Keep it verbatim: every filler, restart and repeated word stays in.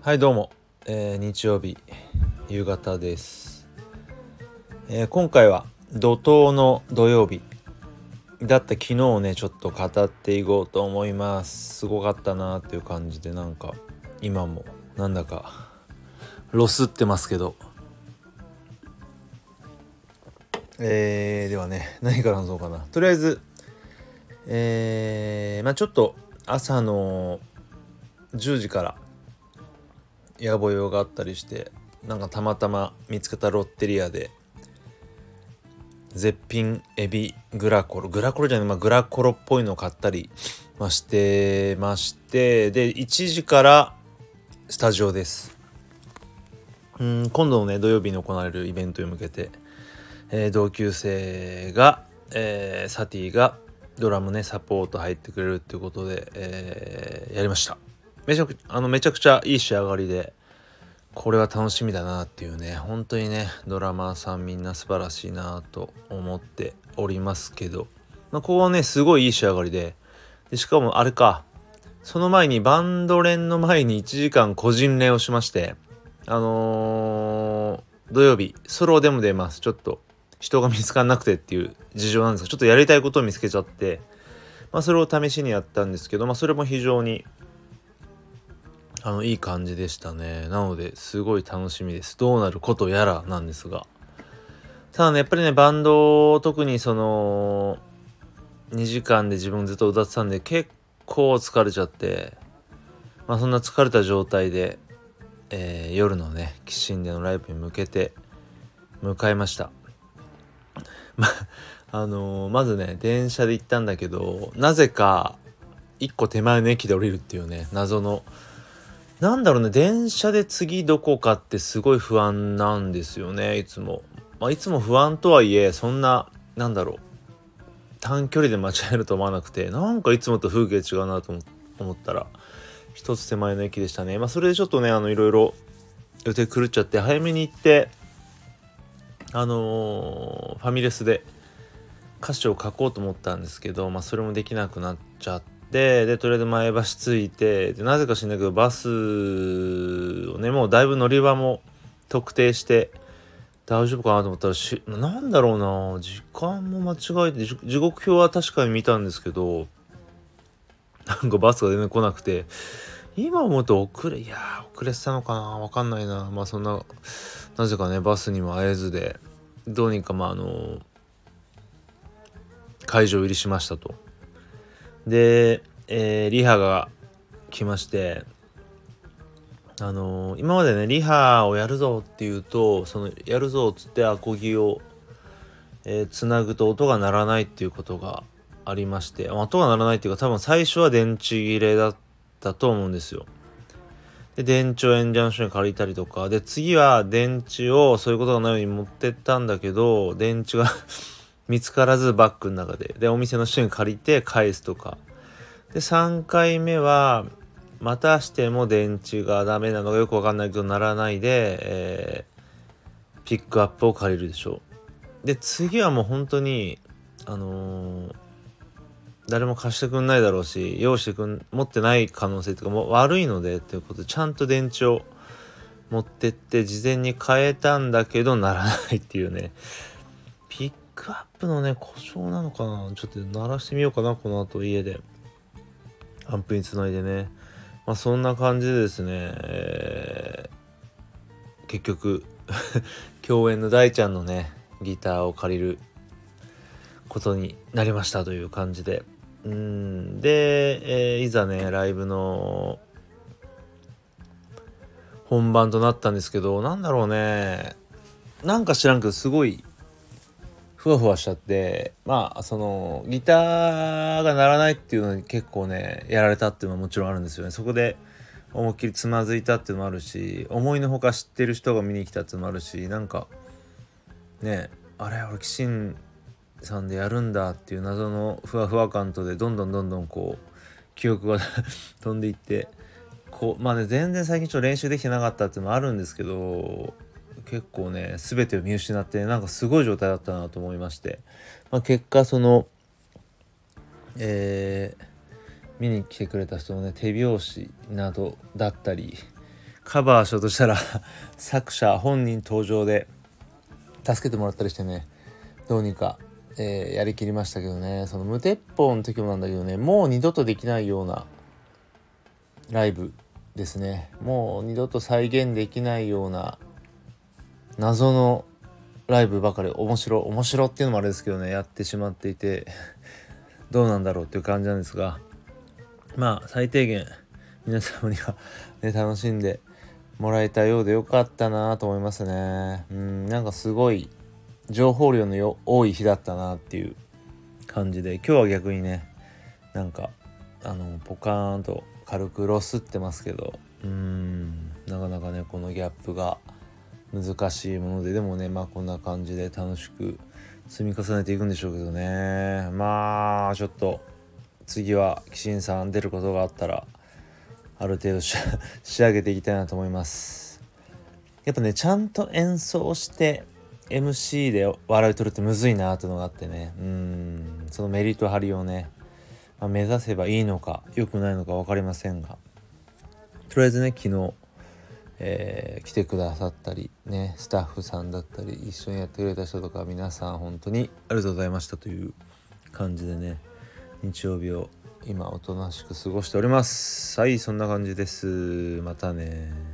はいどうも、えー日曜日夕方です、えー今回は怒涛の土曜日だった昨日をねちょっと語っていこうと思います。すごかったなっていう感じで、なんか今もなんだかロスってますけど、えー、ではね何から話そうかな。とりあえずえー、まあちょっと朝のじゅうじから野暮用があったりして、なんかたまたま見つけたロッテリアで絶品エビグラコログラコロじゃない、まあ、グラコロっぽいのを買ったり、まあ、してまして、でいちじからスタジオです。うん今度のね土曜日に行われるイベントに向けて、えー同級生が、えーサティがドラムねサポート入ってくれるっていうことで、えーやりました。めちゃくあのめちゃくちゃいい仕上がりで、これは楽しみだなっていうね、本当にねドラマーさんみんな素晴らしいなと思っておりますけど、まあ、ここはねすごいいい仕上がりで、でしかもあれか、その前にバンド練の前にいちじかん個人練をしまして、あのー土曜日ソロでも出ます。ちょっと人が見つからなくてっていう事情なんですが、ちょっとやりたいことを見つけちゃって、まあ、それを試しにやったんですけど、まあ、それも非常にあのいい感じでしたね。なのですごい楽しみです。どうなることやらなんですが、ただねやっぱりねバンド特にそのにじかんで自分ずっと歌ってたんで結構疲れちゃって、まあそんな疲れた状態で、えー夜のねキッシンでのライブに向けて向かいました。まあのーまずね電車で行ったんだけど、なぜかいっこ手前の駅で降りるっていうね謎の、なんだろうね、電車で次どこかってすごい不安なんですよね、いつも。まあ、いつも不安とはいえ、そんな、なんだろう、短距離で間違えると思わなくて、なんかいつもと風景違うなと思ったら、一つ手前の駅でしたね。まあ、それでちょっとね、あの、いろいろ予定狂っちゃって、早めに行って、あのーファミレスで歌詞を書こうと思ったんですけど、まあ、それもできなくなっちゃって、でとりあえず前橋着いて、でなぜか知んないけどバスをねもうだいぶ乗り場も特定して大丈夫かなと思ったら、しなんだろうな、時間も間違えて、じ時刻表は確かに見たんですけど、なんかバスが全然来なくて、今思うと遅れいやー遅れてたのかな、わかんないな。まあそんな、なぜかねバスにも会えずで、どうにかまああの会場入りしましたと。で、えーリハが来まして、あのー今までねリハをやるぞっていうと、そのやるぞっつってアコギを、えーつなぐと音が鳴らないっていうことがありまして、音が鳴らないっていうか、多分最初は電池切れだったと思うんですよ。で電池を演者の人に借りたりとかで、次は電池をそういうことがないように持ってったんだけど、電池が見つからずバッグの中ででお店の人に借りて返すとかで、さんかいめはまたしても電池がダメなのがよくわかんないけどならないで、えーピックアップを借りるでしょう。で次はもう本当にあのー誰も貸してくんないだろうし、用意してくん持ってない可能性とかも悪いのでっていうことで、ちゃんと電池を持ってって事前に変えたんだけどならないっていうね、ピックアップのね故障なのかな、ちょっと鳴らしてみようかなこの後家でアンプにつないでね。まあそんな感じでですね、えー結局共演の大ちゃんのねギターを借りることになりましたという感じで、うーんで、えーいざねライブの本番となったんですけど、なんだろうね、なんか知らんけどすごいふわふわしちゃって、まあそのギターが鳴らないっていうのに結構ねやられたっていうのはもちろんあるんですよね。そこで思いっきりつまずいたっていうのもあるし、思いのほか知ってる人が見に来たっていうのもあるし、なんかね、あれ俺キシンさんでやるんだっていう謎のふわふわ感とで、どんどんどんどんこう記憶が飛んでいって、こうまあね全然最近ちょっと練習できてなかったっていうのもあるんですけど、結構ね全てを見失って、なんかすごい状態だったなと思いまして、まあ、結果そのえー見に来てくれた人のね手拍子などだったり、 カバーしようとしたら作者本人登場で助けてもらったりしてね、どうにか、えーやりきりましたけどね。その無鉄砲の時もなんだけどね、もう二度とできないようなライブですね。もう二度と再現できないような謎のライブばかり、面白面白っていうのもあれですけどね、やってしまっていてどうなんだろうっていう感じなんですが、まあ最低限皆様には、ね、楽しんでもらえたようでよかったなと思いますね。うん、なんかすごい情報量のよ多い日だったなっていう感じで、今日は逆にね、なんかあのポカーンと軽くロスってますけど、うーんなかなかねこのギャップが難しいもので、でもねまあこんな感じで楽しく積み重ねていくんでしょうけどね。まあちょっと次はキシンさん出ることがあったらある程度し仕上げていきたいなと思います。やっぱねちゃんと演奏して エムシー で笑い取るってむずいなというのがあってね、うーんそのメリット張りをね、まあ、目指せばいいのか良くないのか分かりませんが、とりあえずね昨日、えー来てくださったりね、スタッフさんだったり一緒にやってくれた人とか皆さん本当にありがとうございましたという感じでね、日曜日を今おとなしく過ごしております。はい、そんな感じです。またね。